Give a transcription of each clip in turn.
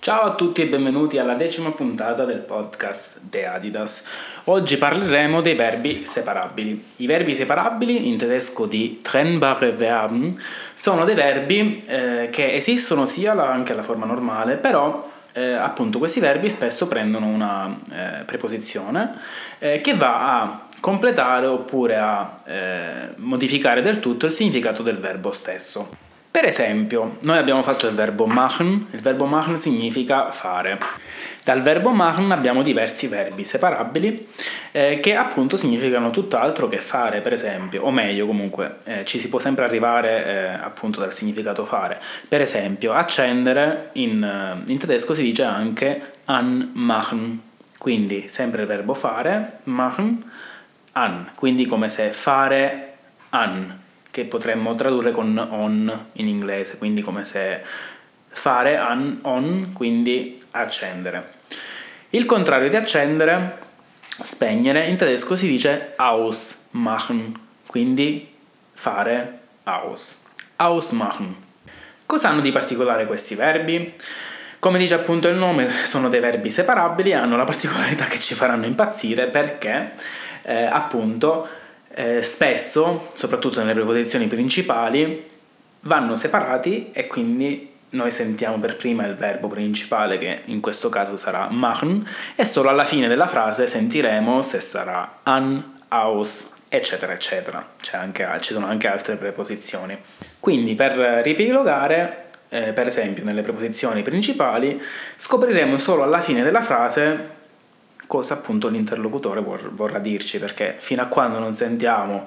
Ciao a tutti e benvenuti alla 10ª puntata del podcast De Adidas. Oggi parleremo dei verbi separabili. I verbi separabili, in tedesco di trennbare Verben, sono dei verbi che esistono sia anche alla forma normale, però appunto questi verbi spesso prendono una preposizione che va a completare oppure a modificare del tutto il significato del verbo stesso. Per esempio, noi abbiamo fatto il verbo machen. Il verbo machen significa fare. Dal verbo machen abbiamo diversi verbi separabili che appunto significano tutt'altro che fare, per esempio, o meglio comunque ci si può sempre arrivare appunto dal significato fare. Per esempio, accendere in tedesco si dice anche anmachen, quindi sempre il verbo fare, machen, an, quindi come se fare an, che potremmo tradurre con on in inglese, quindi come se fare on, quindi accendere. Il contrario di accendere, spegnere, in tedesco si dice ausmachen, quindi fare ausmachen. Cosa hanno di particolare questi verbi? Come dice appunto il nome, sono dei verbi separabili e hanno la particolarità che ci faranno impazzire perché appunto spesso, soprattutto nelle preposizioni principali, vanno separati e quindi noi sentiamo per prima il verbo principale, che in questo caso sarà machen, e solo alla fine della frase sentiremo se sarà an, aus, eccetera eccetera. Ci sono anche altre preposizioni. Quindi per riepilogare, per esempio nelle preposizioni principali, scopriremo solo alla fine della frase cosa appunto l'interlocutore vorrà dirci, perché fino a quando non sentiamo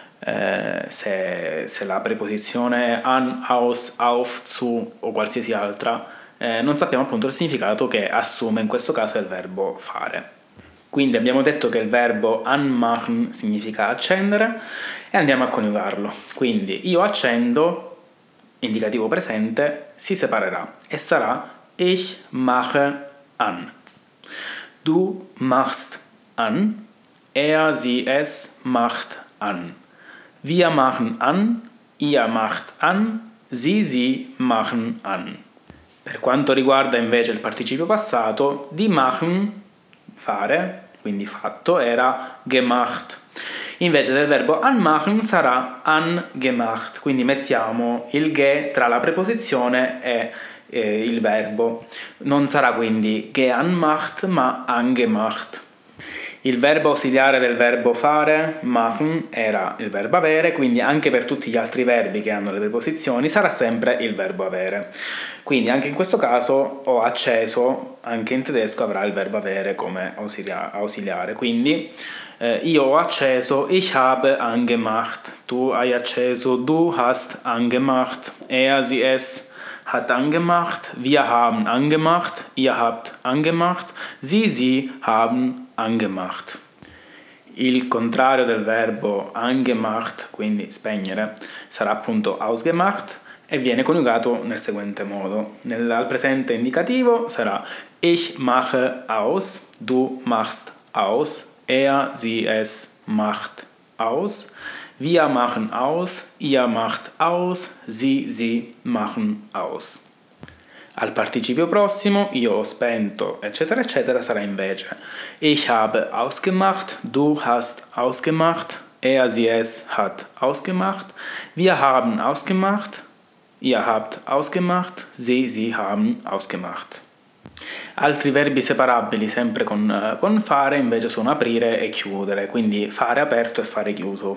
se la preposizione an, aus, auf, zu o qualsiasi altra, non sappiamo appunto il significato che assume in questo caso il verbo fare. Quindi abbiamo detto che il verbo anmachen significa accendere e andiamo a coniugarlo. Quindi io accendo, indicativo presente, si separerà e sarà ich mache an. Du machst an, sie, es macht an. Wir machen an, ihr macht an, sie machen an. Per quanto riguarda invece il participio passato, di machen, fare, quindi fatto, era gemacht. Invece del verbo anmachen sarà angemacht, quindi mettiamo il ge tra la preposizione e il verbo. Non sarà quindi geanmacht ma angemacht. Il verbo ausiliare del verbo fare, machen, era il verbo avere, quindi anche per tutti gli altri verbi che hanno le preposizioni sarà sempre il verbo avere. Quindi anche in questo caso ho acceso, anche in tedesco avrà il verbo avere come ausiliare. Quindi io ho acceso, ich habe angemacht, tu hai acceso, du hast angemacht, sie, es hat angemacht, wir haben angemacht, ihr habt angemacht, sie haben angemacht. Il contrario del verbo angemacht, quindi spegnere, sarà appunto ausgemacht e viene coniugato nel seguente modo. Al presente indicativo sarà ich mache aus, du machst aus, sie, es macht aus, wir machen aus, ihr macht aus, sie machen aus. Al participio prossimo, io ho spento, eccetera, eccetera, sarà invece ich habe ausgemacht, du hast ausgemacht, sie, es hat ausgemacht, wir haben ausgemacht, ihr habt ausgemacht, sie haben ausgemacht. Altri verbi separabili sempre con fare invece sono aprire e chiudere, quindi fare aperto e fare chiuso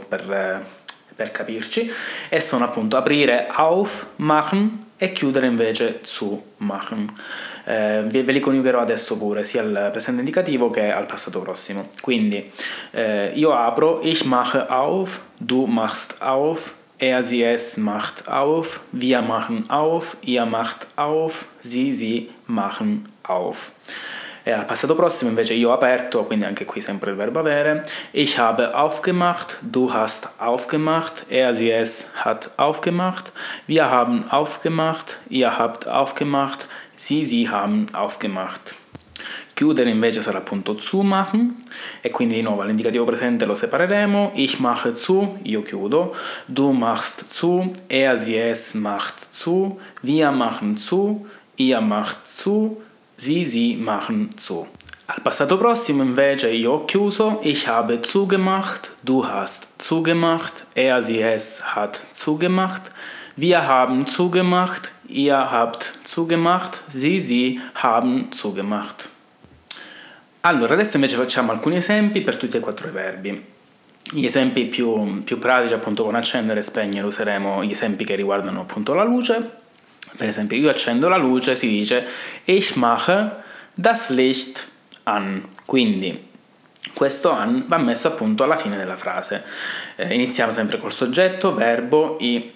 per capirci, e sono appunto aprire aufmachen e chiudere invece zu machen. Ve li coniugherò adesso pure, sia al presente indicativo che al passato prossimo. Quindi io apro, ich mache auf, du machst auf, sie, es macht auf, wir machen auf, ihr macht auf, sie machen auf. E al passato prossimo invece io ho aperto, quindi anche qui sempre il verbo avere, ich habe aufgemacht, du hast aufgemacht, sie, es hat aufgemacht, wir haben aufgemacht, ihr habt aufgemacht, sie haben aufgemacht. Chiudere invece sarà appunto zu machen, e quindi di nuovo all'indicativo presente lo separeremo, ich mache zu, io chiudo, du machst zu, sie, es macht zu, wir machen zu, ihr macht zu, sie machen zu. Al passato prossimo invece io ho chiuso, ich habe zugemacht, du hast zugemacht, er, sie, es hat zugemacht, wir haben zugemacht, ihr habt zugemacht, sie haben zugemacht. Allora, adesso invece facciamo alcuni esempi per tutti e 4 i verbi. Gli esempi più pratici, appunto, con accendere e spegnere useremo gli esempi che riguardano appunto la luce. Per esempio, io accendo la luce, si dice ich mache das Licht an. Quindi questo an va messo appunto alla fine della frase. Iniziamo sempre col soggetto, verbo, i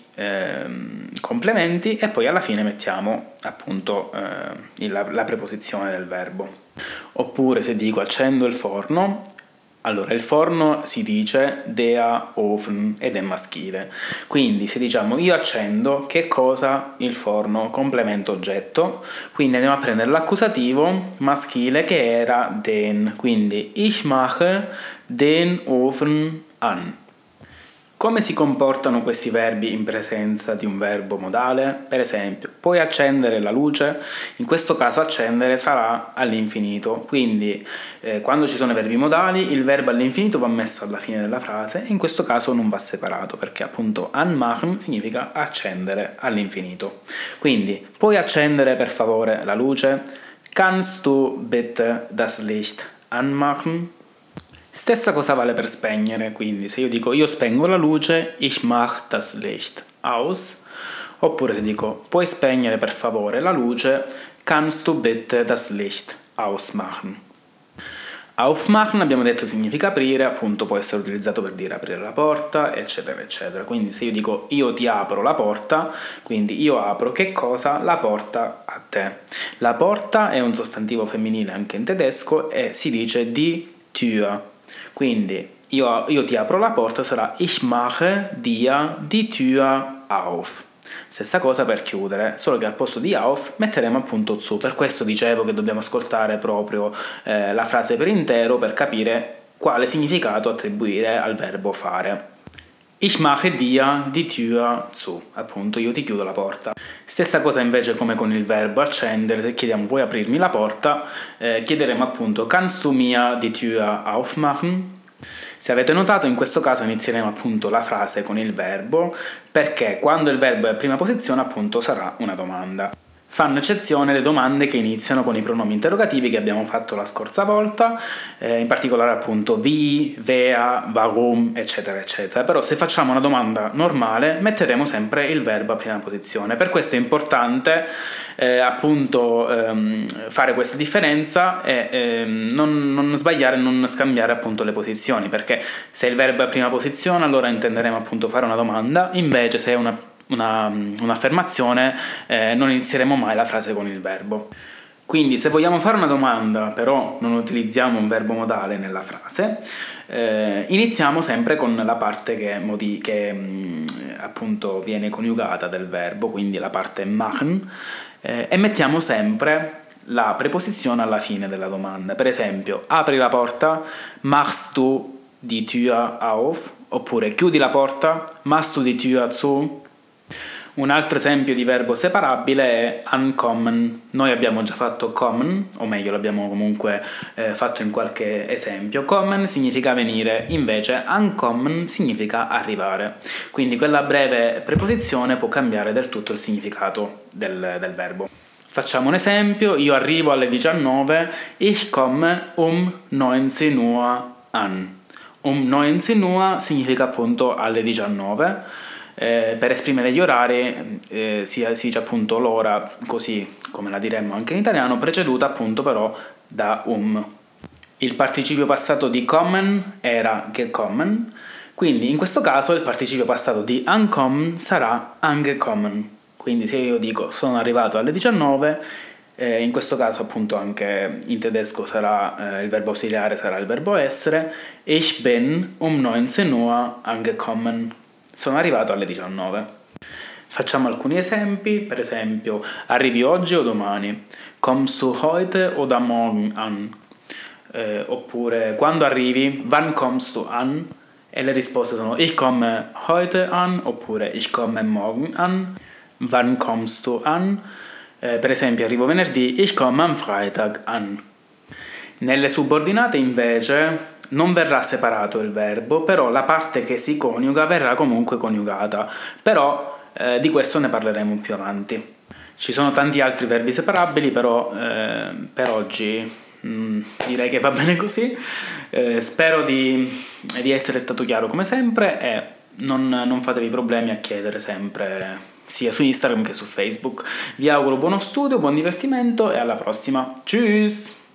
complementi e poi alla fine mettiamo appunto la preposizione del verbo. Oppure se dico accendo il forno, allora il forno si dice der Ofen ed è maschile. Quindi se diciamo io accendo, che cosa? Il forno, complemento oggetto. Quindi andiamo a prendere l'accusativo maschile che era den. Quindi ich mache den Ofen an. Come si comportano questi verbi in presenza di un verbo modale? Per esempio, puoi accendere la luce? In questo caso accendere sarà all'infinito, quindi quando ci sono i verbi modali il verbo all'infinito va messo alla fine della frase e in questo caso non va separato perché appunto anmachen significa accendere all'infinito. Quindi, puoi accendere per favore la luce? Kannst du bitte das Licht anmachen? Stessa cosa vale per spegnere, quindi se io dico io spengo la luce, ich mach das Licht aus, oppure se dico puoi spegnere per favore la luce, kannst du bitte das Licht ausmachen. Aufmachen abbiamo detto significa aprire, appunto può essere utilizzato per dire aprire la porta, eccetera eccetera. Quindi se io dico io ti apro la porta, quindi io apro che cosa? La porta a te. La porta è un sostantivo femminile anche in tedesco e si dice die Tür. Quindi io ti apro la porta sarà ich mache dir die Tür auf. Stessa cosa per chiudere, solo che al posto di auf metteremo appunto zu. Per questo dicevo che dobbiamo ascoltare proprio la frase per intero per capire quale significato attribuire al verbo fare. Ich mache dir die Tür zu, appunto io ti chiudo la porta. Stessa cosa invece come con il verbo accendere, se chiediamo puoi aprirmi la porta, chiederemo appunto kannst du mir die Tür aufmachen? Se avete notato in questo caso inizieremo appunto la frase con il verbo perché quando il verbo è a prima posizione appunto sarà una domanda. Fanno eccezione le domande che iniziano con i pronomi interrogativi che abbiamo fatto la scorsa volta, in particolare appunto wie, wer, warum, eccetera eccetera. Però se facciamo una domanda normale metteremo sempre il verbo a prima posizione. Per questo è importante appunto fare questa differenza e non sbagliare, non scambiare appunto le posizioni, perché se il verbo è a prima posizione allora intenderemo appunto fare una domanda, invece se è un'affermazione non inizieremo mai la frase con il verbo. Quindi se vogliamo fare una domanda però non utilizziamo un verbo modale nella frase, iniziamo sempre con la parte che appunto viene coniugata del verbo, quindi la parte machen, e mettiamo sempre la preposizione alla fine della domanda. Per esempio, apri la porta, machst du die Tür auf? Oppure chiudi la porta, machst du die Tür zu? Un altro esempio di verbo separabile è ankommen. Noi abbiamo già fatto kommen, o meglio l'abbiamo comunque fatto in qualche esempio. Kommen significa venire, invece ankommen significa arrivare. Quindi quella breve preposizione può cambiare del tutto il significato del verbo. Facciamo un esempio, io arrivo alle 19, ich komme um 19 Uhr an. Um 19 Uhr significa appunto alle 19. Per esprimere gli orari si dice appunto l'ora, così come la diremmo anche in italiano, preceduta appunto però da Il participio passato di kommen era gekommen, quindi in questo caso il participio passato di ankommen sarà angekommen. Quindi se io dico sono arrivato alle 19, in questo caso appunto anche in tedesco sarà il verbo ausiliare sarà il verbo essere, ich bin um 19 Uhr angekommen. Sono arrivato alle 19. Facciamo alcuni esempi, per esempio, arrivi oggi o domani? Kommst du heute oder morgen an? Oppure, quando arrivi? Wann kommst du an? E le risposte sono ich komme heute an, oppure ich komme morgen an. Wann kommst du an? Per esempio, arrivo venerdì, ich komme am Freitag an. Nelle subordinate invece non verrà separato il verbo, però la parte che si coniuga verrà comunque coniugata, però di questo ne parleremo più avanti. Ci sono tanti altri verbi separabili, però per oggi direi che va bene così. Spero di essere stato chiaro come sempre e non fatevi problemi a chiedere sempre, sia su Instagram che su Facebook. Vi auguro buono studio, buon divertimento e alla prossima. Tschüss!